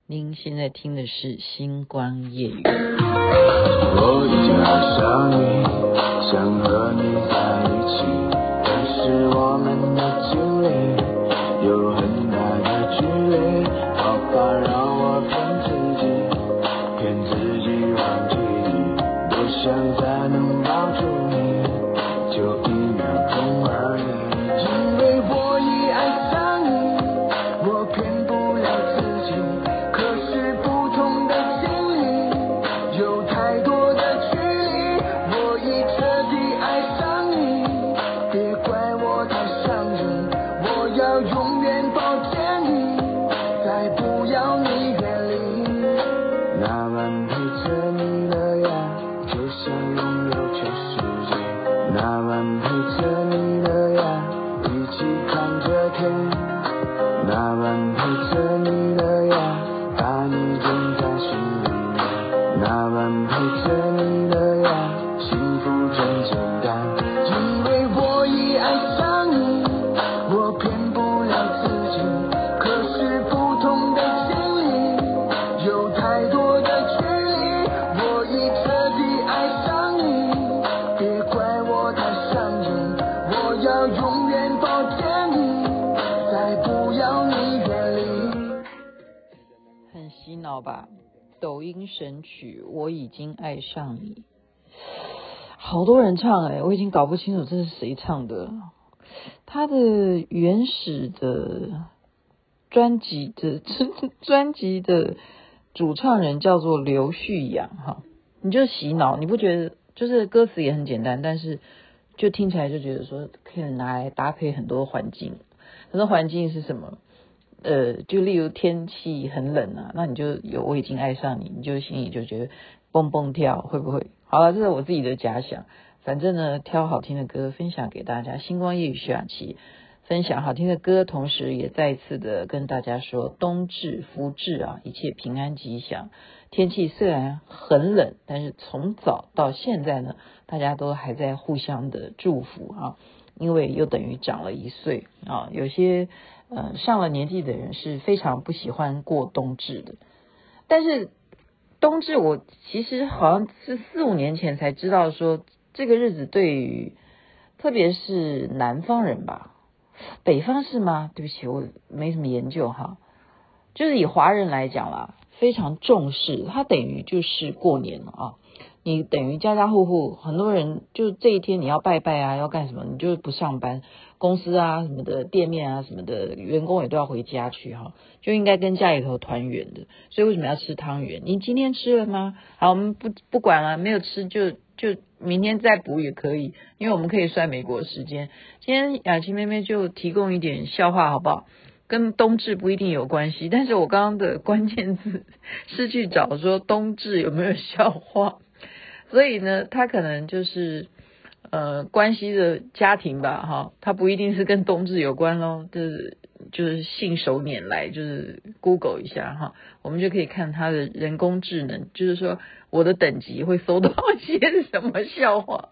您现在听的是星光夜语。 我已经爱上你，想和你在一起，但是我们的距离有很大的距离，好怕让我骗自己，骗自己忘记你，多想再能抱住你，就1秒钟而已，因为我已爱上你，我骗不了自己，可是不同的经历有太多的距离，我已彻底爱上你，别怪我太伤人，我要永远抱歉你，再不要你远离，那晚陪着你的呀，就像拥有全世界，那晚陪着你的呀，一起看着天，那晚陪着你的呀，把你种在心里面，那晚陪着你的呀，幸福真简单，因为我已爱上你，我骗不了自己，可是不同的经历有太多的距离，我已彻底爱上你，别怪我太伤人，我要永远抱歉你，再不要你远离。 很洗脑吧？抖音神曲《我已经爱上你》，好多人唱我已经搞不清楚这是谁唱的。他的原始的专辑的主唱人叫做刘旭阳哈，你就洗脑，你不觉得就是歌词也很简单，但是就听起来就觉得说可以拿来搭配很多环境。很多环境是什么？就例如天气很冷啊，那你就有我已经爱上你，你就心里就觉得蹦蹦跳，会不会？好了，这是我自己的假想。反正呢，挑好听的歌分享给大家。星光夜语徐雅琪分享好听的歌，同时也再一次的跟大家说，冬至福至啊，一切平安吉祥。天气虽然很冷，但是从早到现在呢，大家都还在互相的祝福啊，因为又等于长了1岁啊。有些上了年纪的人是非常不喜欢过冬至的，但是冬至我其实好像是4-5年前才知道说这个日子对于特别是南方人吧，北方是吗？对不起，我没什么研究哈。就是以华人来讲啦，非常重视，它等于就是过年了啊。你等于家家户户很多人就这一天你要拜拜啊，要干什么，你就不上班，公司啊什么的，店面啊什么的，员工也都要回家去哈，就应该跟家里头团圆的。所以为什么要吃汤圆？你今天吃了吗？好，我们不管了，没有吃就明天再补也可以，因为我们可以算美国时间。今天雅琪妹妹就提供一点笑话好不好？跟冬至不一定有关系，但是我刚刚的关键字是去找说冬至有没有笑话，所以呢，它可能就是关系的家庭吧哈，它不一定是跟冬至有关咯，就是信手拈来，就是 Google 一下哈，我们就可以看它的人工智能，就是说我的等级会搜到一些什么笑话，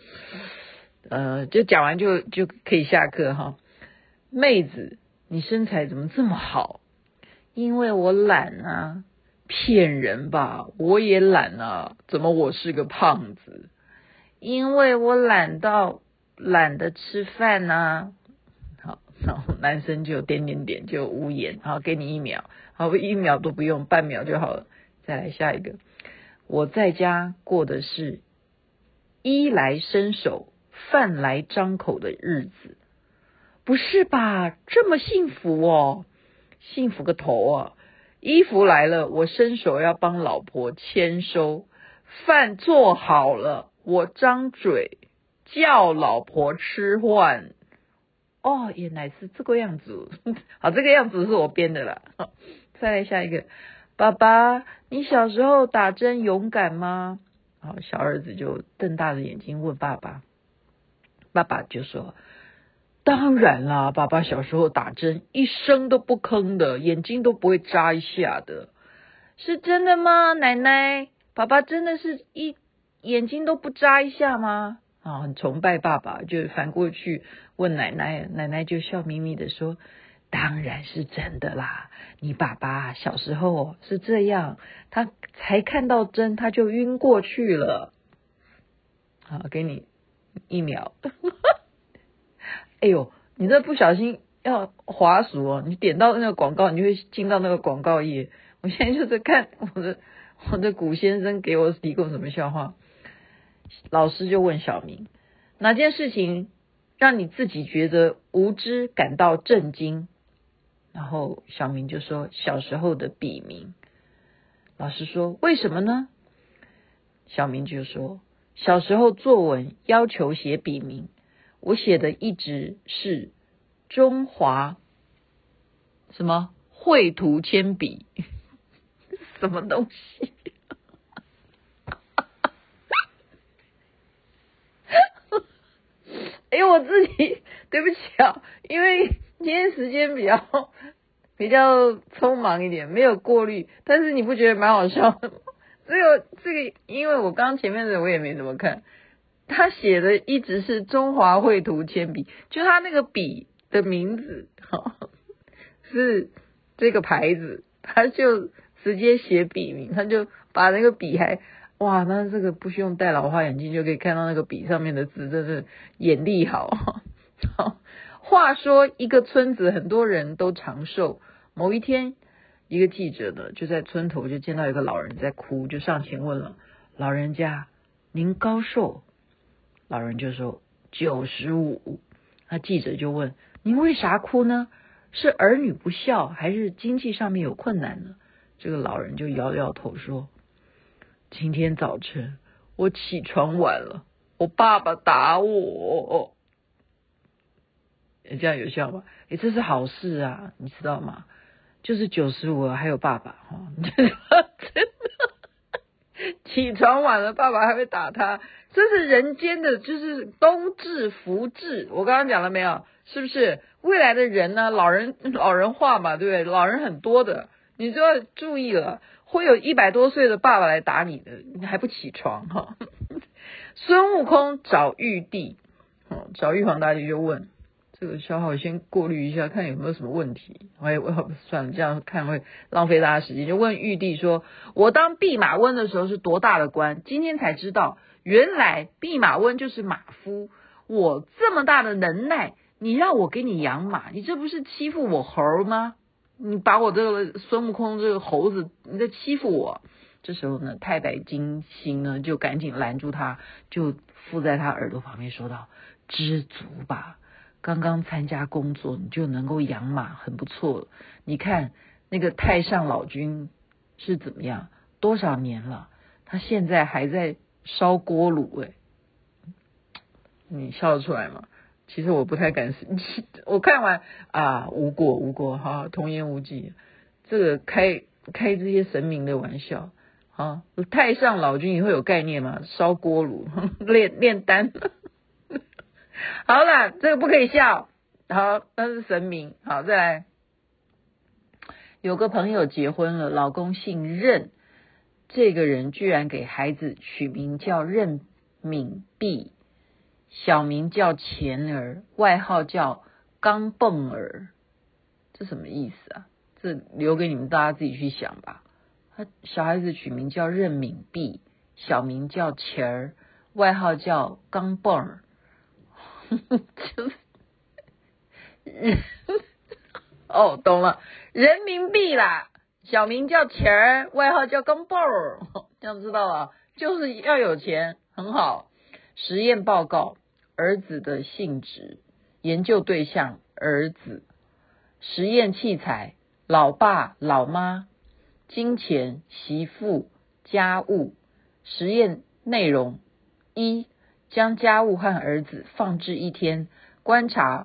就讲完就可以下课哈。妹子，你身材怎么这么好？因为我懒啊。骗人吧，我也懒啊，怎么我是个胖子？因为我懒到懒得吃饭啊。好，然后男生就点点点就无言，好，给你1秒，好，1秒都不用，半秒就好了。再来下一个，我在家过的是衣来伸手饭来张口的日子。不是吧，这么幸福哦？幸福个头啊！衣服来了，我伸手要帮老婆签收；饭做好了，我张嘴叫老婆吃饭。哦，原来是这个样子。好，这个样子是我编的啦。再来下一个，爸爸，你小时候打针勇敢吗？好，小儿子就瞪大着眼睛问爸爸，爸爸就说，当然啦，爸爸小时候打针一声都不吭的，眼睛都不会眨一下的。是真的吗，奶奶？爸爸真的是眼睛都不眨一下吗？很崇拜爸爸，就反过去问奶奶，奶奶就笑眯眯的说， 当然是真的啦，你爸爸小时候是这样，他才看到针他就晕过去了。好，给你1秒。哎呦，你这不小心要滑鼠哦，你点到那个广告，你就会进到那个广告页。我现在就在看我的古先生给我提供什么笑话。老师就问小明，哪件事情让你自己觉得无知感到震惊？然后小明就说小时候的笔名。老师说为什么呢？小明就说小时候作文要求写笔名，我写的一直是中华什么绘图铅笔。什么东西？我自己对不起啊，因为今天时间比较匆忙一点，没有过滤，但是你不觉得蛮好笑的吗？这个，因为我刚前面的我也没怎么看，他写的一直是中华绘图铅笔，就他那个笔的名字是这个牌子，他就直接写笔名，他就把那个笔哇，那这个不需要戴老花眼镜就可以看到那个笔上面的字，真是眼力好。话说一个村子很多人都长寿，某一天一个记者呢就在村头就见到一个老人在哭，就上前问了，老人家您高寿？老人就说95。那记者就问，您为啥哭呢？是儿女不孝还是经济上面有困难呢？这个老人就摇摇头说，今天早晨我起床晚了，我爸爸打我。这样有效吗？这是好事啊，你知道吗？就是95还有爸爸真的起床晚了，爸爸还会打他，这是人间的，就是冬至福至。我刚刚讲了没有？是不是未来的人呢？老人化嘛，对不对？老人很多的，你就要注意了，会有100多岁的爸爸来打你的，你还不起床哈？孙悟空找玉帝，找玉皇大帝就问。这个消耗先过滤一下，看有没有什么问题。算了，这样看会浪费大家时间。就问玉帝说，我当弼马温的时候是多大的官？今天才知道，原来弼马温就是马夫。我这么大的能耐，你让我给你养马，你这不是欺负我猴吗？你把我这个孙悟空这个猴子，你在欺负我。这时候呢，太白金星呢就赶紧拦住他，就附在他耳朵旁边说道，知足吧，刚刚参加工作你就能够养马，很不错。你看那个太上老君是怎么样，多少年了，他现在还在烧锅炉。你笑得出来吗？其实我不太敢，我看完无过哈，童言无忌。这个开这些神明的玩笑太上老君以后有概念吗？烧锅炉炼丹。好啦，这个不可以笑。好，那是神明。好，再来，有个朋友结婚了，老公姓任，这个人居然给孩子取名叫任敏碧，小名叫钱儿，外号叫钢蹦儿。这什么意思啊？这留给你们大家自己去想吧。他小孩子取名叫任敏碧，小名叫钱儿，外号叫钢蹦儿。就是懂了，人民币啦，小名叫钱儿，外号叫钢蹦儿，这样知道了，就是要有钱，很好。实验报告，儿子的性质，研究对象儿子，实验器材老爸老妈，金钱媳妇家务。实验内容一，将家务和儿子放置1天，观察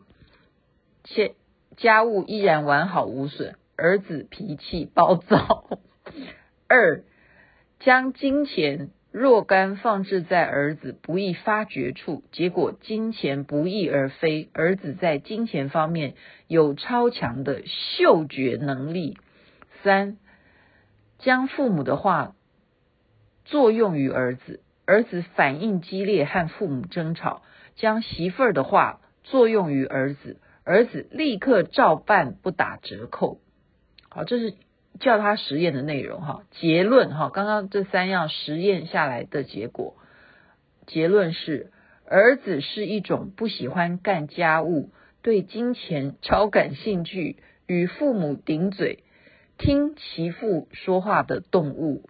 家务依然完好无损，儿子脾气暴躁。2，将金钱若干放置在儿子不易发觉处，结果金钱不翼而飞，儿子在金钱方面有超强的嗅觉能力。3，将父母的话作用于儿子，儿子反应激烈和父母争吵，将媳妇儿的话作用于儿子， 儿子立刻照办，不打折扣。好，这是叫他实验的内容哈。结论哈，刚刚这3样实验下来的结果，结论是儿子是一种不喜欢干家务，对金钱超感兴趣，与父母顶嘴，听其父说话的动物。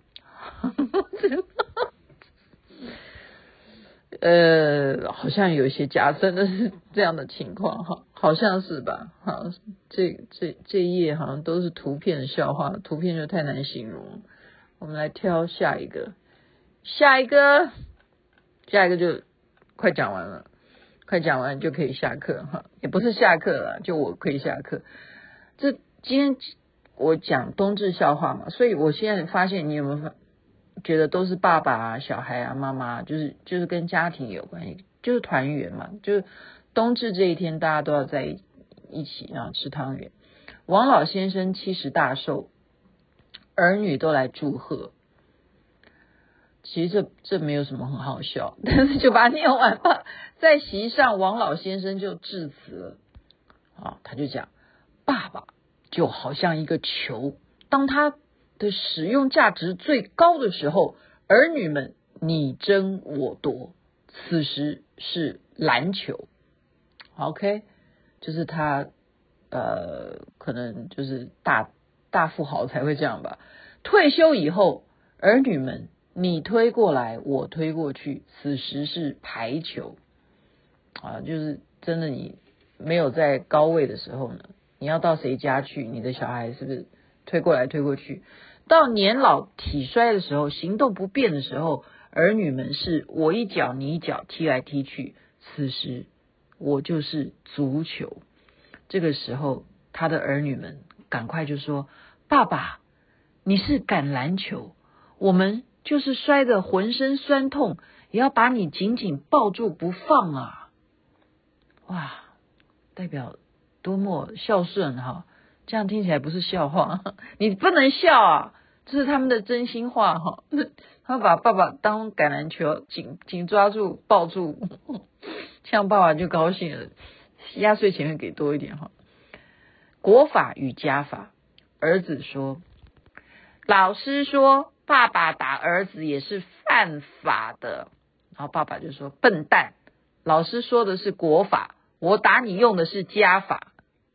好像有一些家真的是这样的情况哈，好像是吧？好，这一页好像都是图片的笑话，图片就太难形容。我们来挑下一个就快讲完了，快讲完就可以下课哈，也不是下课了，就我可以下课。今天我讲冬至笑话嘛，所以我现在发现，你有没有觉得都是爸爸啊、小孩啊、妈妈，就是跟家庭有关系，就是团圆嘛，就是冬至这一天大家都要在一起啊吃汤圆。王老先生70大寿，儿女都来祝贺。其实这没有什么很好笑，但是就把它念完吧。在席上，王老先生就致辞了啊，他就讲，爸爸就好像一个球，当他的使用价值最高的时候，儿女们你争我夺，此时是篮球。 OK， 就是他可能就是大富豪才会这样吧。退休以后，儿女们你推过来我推过去，此时是排球啊，就是真的你没有在高位的时候呢，你要到谁家去，你的小孩是不是推过来推过去？到年老体衰的时候，行动不便的时候，儿女们是我一脚你一脚踢来踢去，此时我就是足球。这个时候他的儿女们赶快就说，爸爸你是橄榄球，我们就是摔得浑身酸痛，也要把你紧紧抱住不放啊！哇，代表多么孝顺哈！这样听起来不是笑话，你不能笑啊，这是他们的真心话哈。他把爸爸当橄榄球紧抓住抱住，这样爸爸就高兴了，压岁钱会给多一点哈。国法与家法，儿子说，老师说爸爸打儿子也是犯法的，然后爸爸就说，笨蛋，老师说的是国法，我打你用的是家法。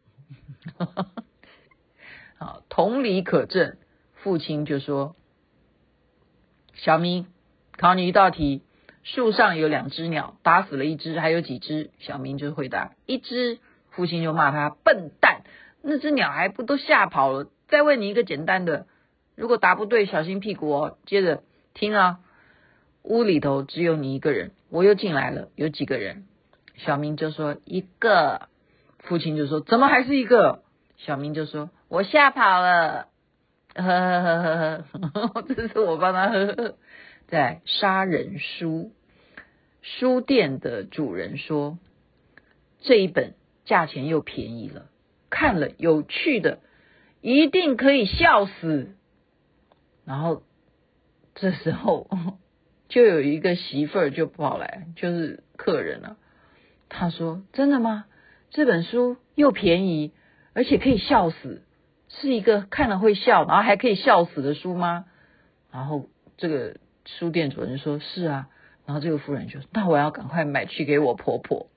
好，同理可证，父亲就说，小明考你一道题，树上有2只鸟，打死了1只，还有几只？小明就回答1只，父亲就骂他笨蛋，那只鸟还不都吓跑了？再问你一个简单的，如果答不对小心屁股哦。接着听啊，屋里头只有你一个人，我又进来了，有几个人？小明就说1个，父亲就说怎么还是1个？小明就说我吓跑了，呵呵呵呵呵，这是我帮他呵呵。在杀人书，书店的主人说，这一本价钱又便宜了，看了有趣的，一定可以笑死。然后这时候就有一个媳妇儿就跑来，就是客人啊，他说真的吗？这本书又便宜而且可以笑死，是一个看了会笑然后还可以笑死的书吗？然后这个书店主人说是啊，然后这个妇人就那我要赶快买去给我婆婆。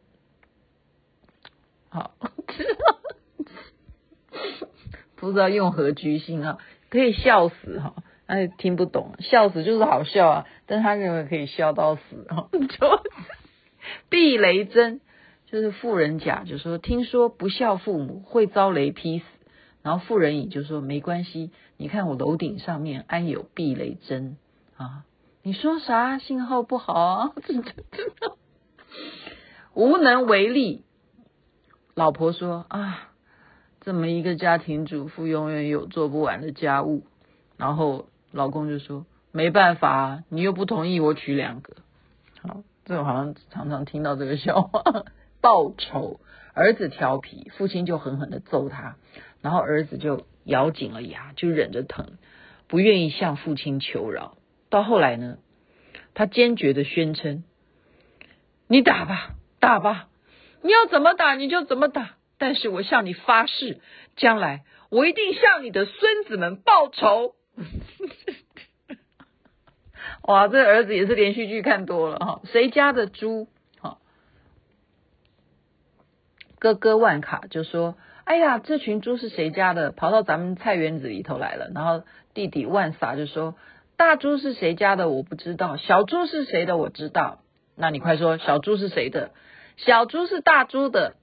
好不知道用何居心啊，可以笑死哈，他听不懂，笑死就是好笑啊，但是他认为可以笑到死哈，就避雷针，就是妇人甲就说听说不孝父母会遭雷劈死，然后妇人乙就说没关系，你看我楼顶上面安有避雷针啊，你说啥？信号不好啊，无能为力。老婆说啊，这么一个家庭主妇永远有做不完的家务，然后老公就说没办法啊，你又不同意我娶2个。好，这我好像常常听到这个笑话。报仇，儿子调皮，父亲就狠狠的揍他，然后儿子就咬紧了牙，就忍着疼，不愿意向父亲求饶。到后来呢，他坚决的宣称，你打吧，打吧，你要怎么打你就怎么打， 但是我向你发誓，将来我一定向你的孙子们报仇。哇，这儿子也是连续剧看多了哈。谁家的猪？哥哥万卡就说：“哎呀，这群猪是谁家的？跑到咱们菜园子里头来了。”然后弟弟万撒就说：“大猪是谁家的？我不知道。小猪是谁的？我知道。那你快说，小猪是谁的？小猪是大猪的。”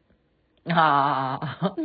啊，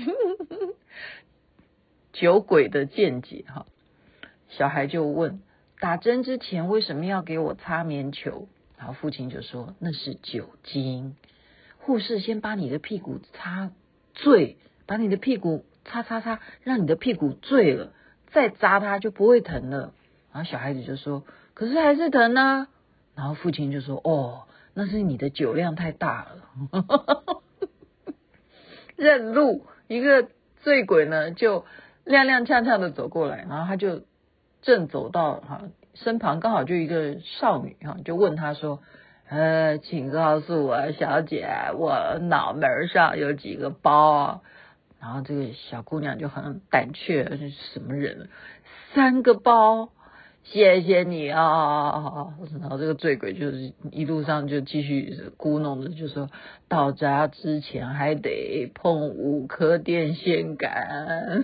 酒鬼的见解哈。小孩就问：“打针之前为什么要给我擦棉球？”然后父亲就说：“那是酒精。护士先把你的屁股擦醉，把你的屁股擦，让你的屁股醉了，再扎它就不会疼了。”然后小孩子就说：“可是还是疼啊。”然后父亲就说：“哦，那是你的酒量太大了。”认路，一个醉鬼呢就踉踉跄跄的走过来，然后他就正走到身旁刚好就一个少女就问他说：“请告诉我，小姐，我脑门上有几个包啊？”然后这个小姑娘就很胆怯，这是什么人？3个包，谢谢你啊！然后这个醉鬼就是一路上就继续咕哝的，就说到家之前还得碰5颗电线杆。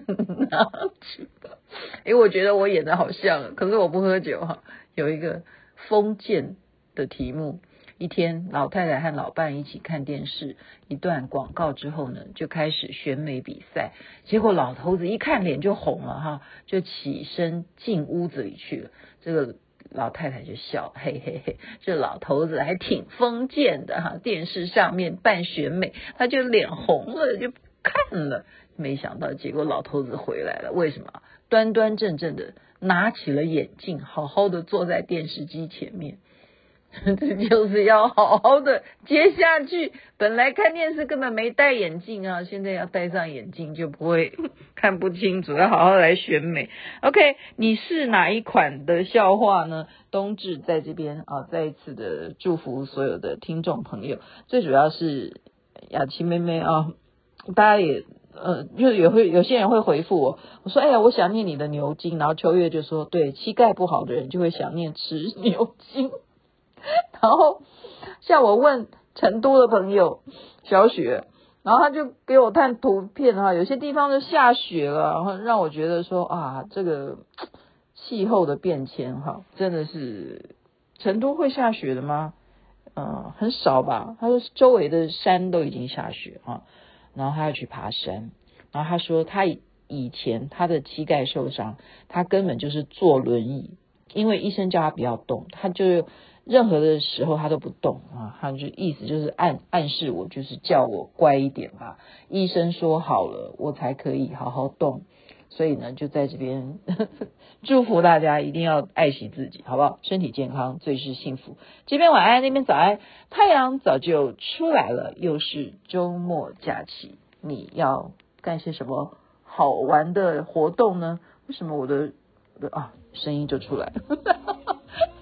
我觉得我演的好像，可是我不喝酒哈。有一个封建的题目。一天，老太太和老伴一起看电视，一段广告之后呢，就开始选美比赛。结果老头子一看脸就红了哈，就起身进屋子里去了。这个老太太就笑，嘿嘿嘿，这老头子还挺封建的哈。电视上面办选美，他就脸红了，就看了。没想到结果老头子回来了，为什么？端端正正的拿起了眼镜，好好的坐在电视机前面。这就是要好好的接下去。本来看电视根本没戴眼镜啊，现在要戴上眼镜就不会看不清楚，要好好来选美。 OK， 你是哪一款的笑话呢？冬至在这边再一次的祝福所有的听众朋友，最主要是雅琪妹妹大家也就也会有些人会回复我说：“哎呀，我想念你的牛筋。”然后秋月就说：“对，膝盖不好的人就会想念吃牛筋。”然后像我问成都的朋友小雪，然后他就给我看图片有些地方就下雪了，然后让我觉得说这个气候的变迁真的是。成都会下雪的吗？很少吧。他说周围的山都已经下雪然后他要去爬山，然后他说他以前他的膝盖受伤，他根本就是坐轮椅，因为医生叫他不要动，他就任何的时候他都不动他就意思就是暗示我，就是叫我乖一点吧。医生说好了，我才可以好好动。所以呢，就在这边祝福大家一定要爱惜自己，好不好？身体健康最是幸福。这边晚安，那边早安，太阳早就出来了，又是周末假期，你要干些什么好玩的活动呢？为什么我的声音就出来了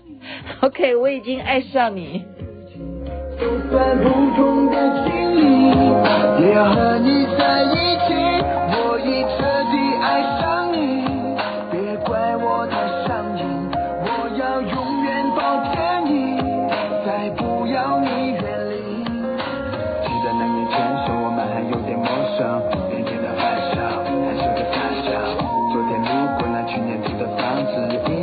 OK， 我已经爱上你。 就算不同的经历，也要和你在一起。我已彻底爱上你，别怪我太上瘾。我要永远保护你，再不要你远离。记得那年牵手，我们还有点陌生，甜甜的欢笑，害羞的傻笑。昨天路过那去年租的房子。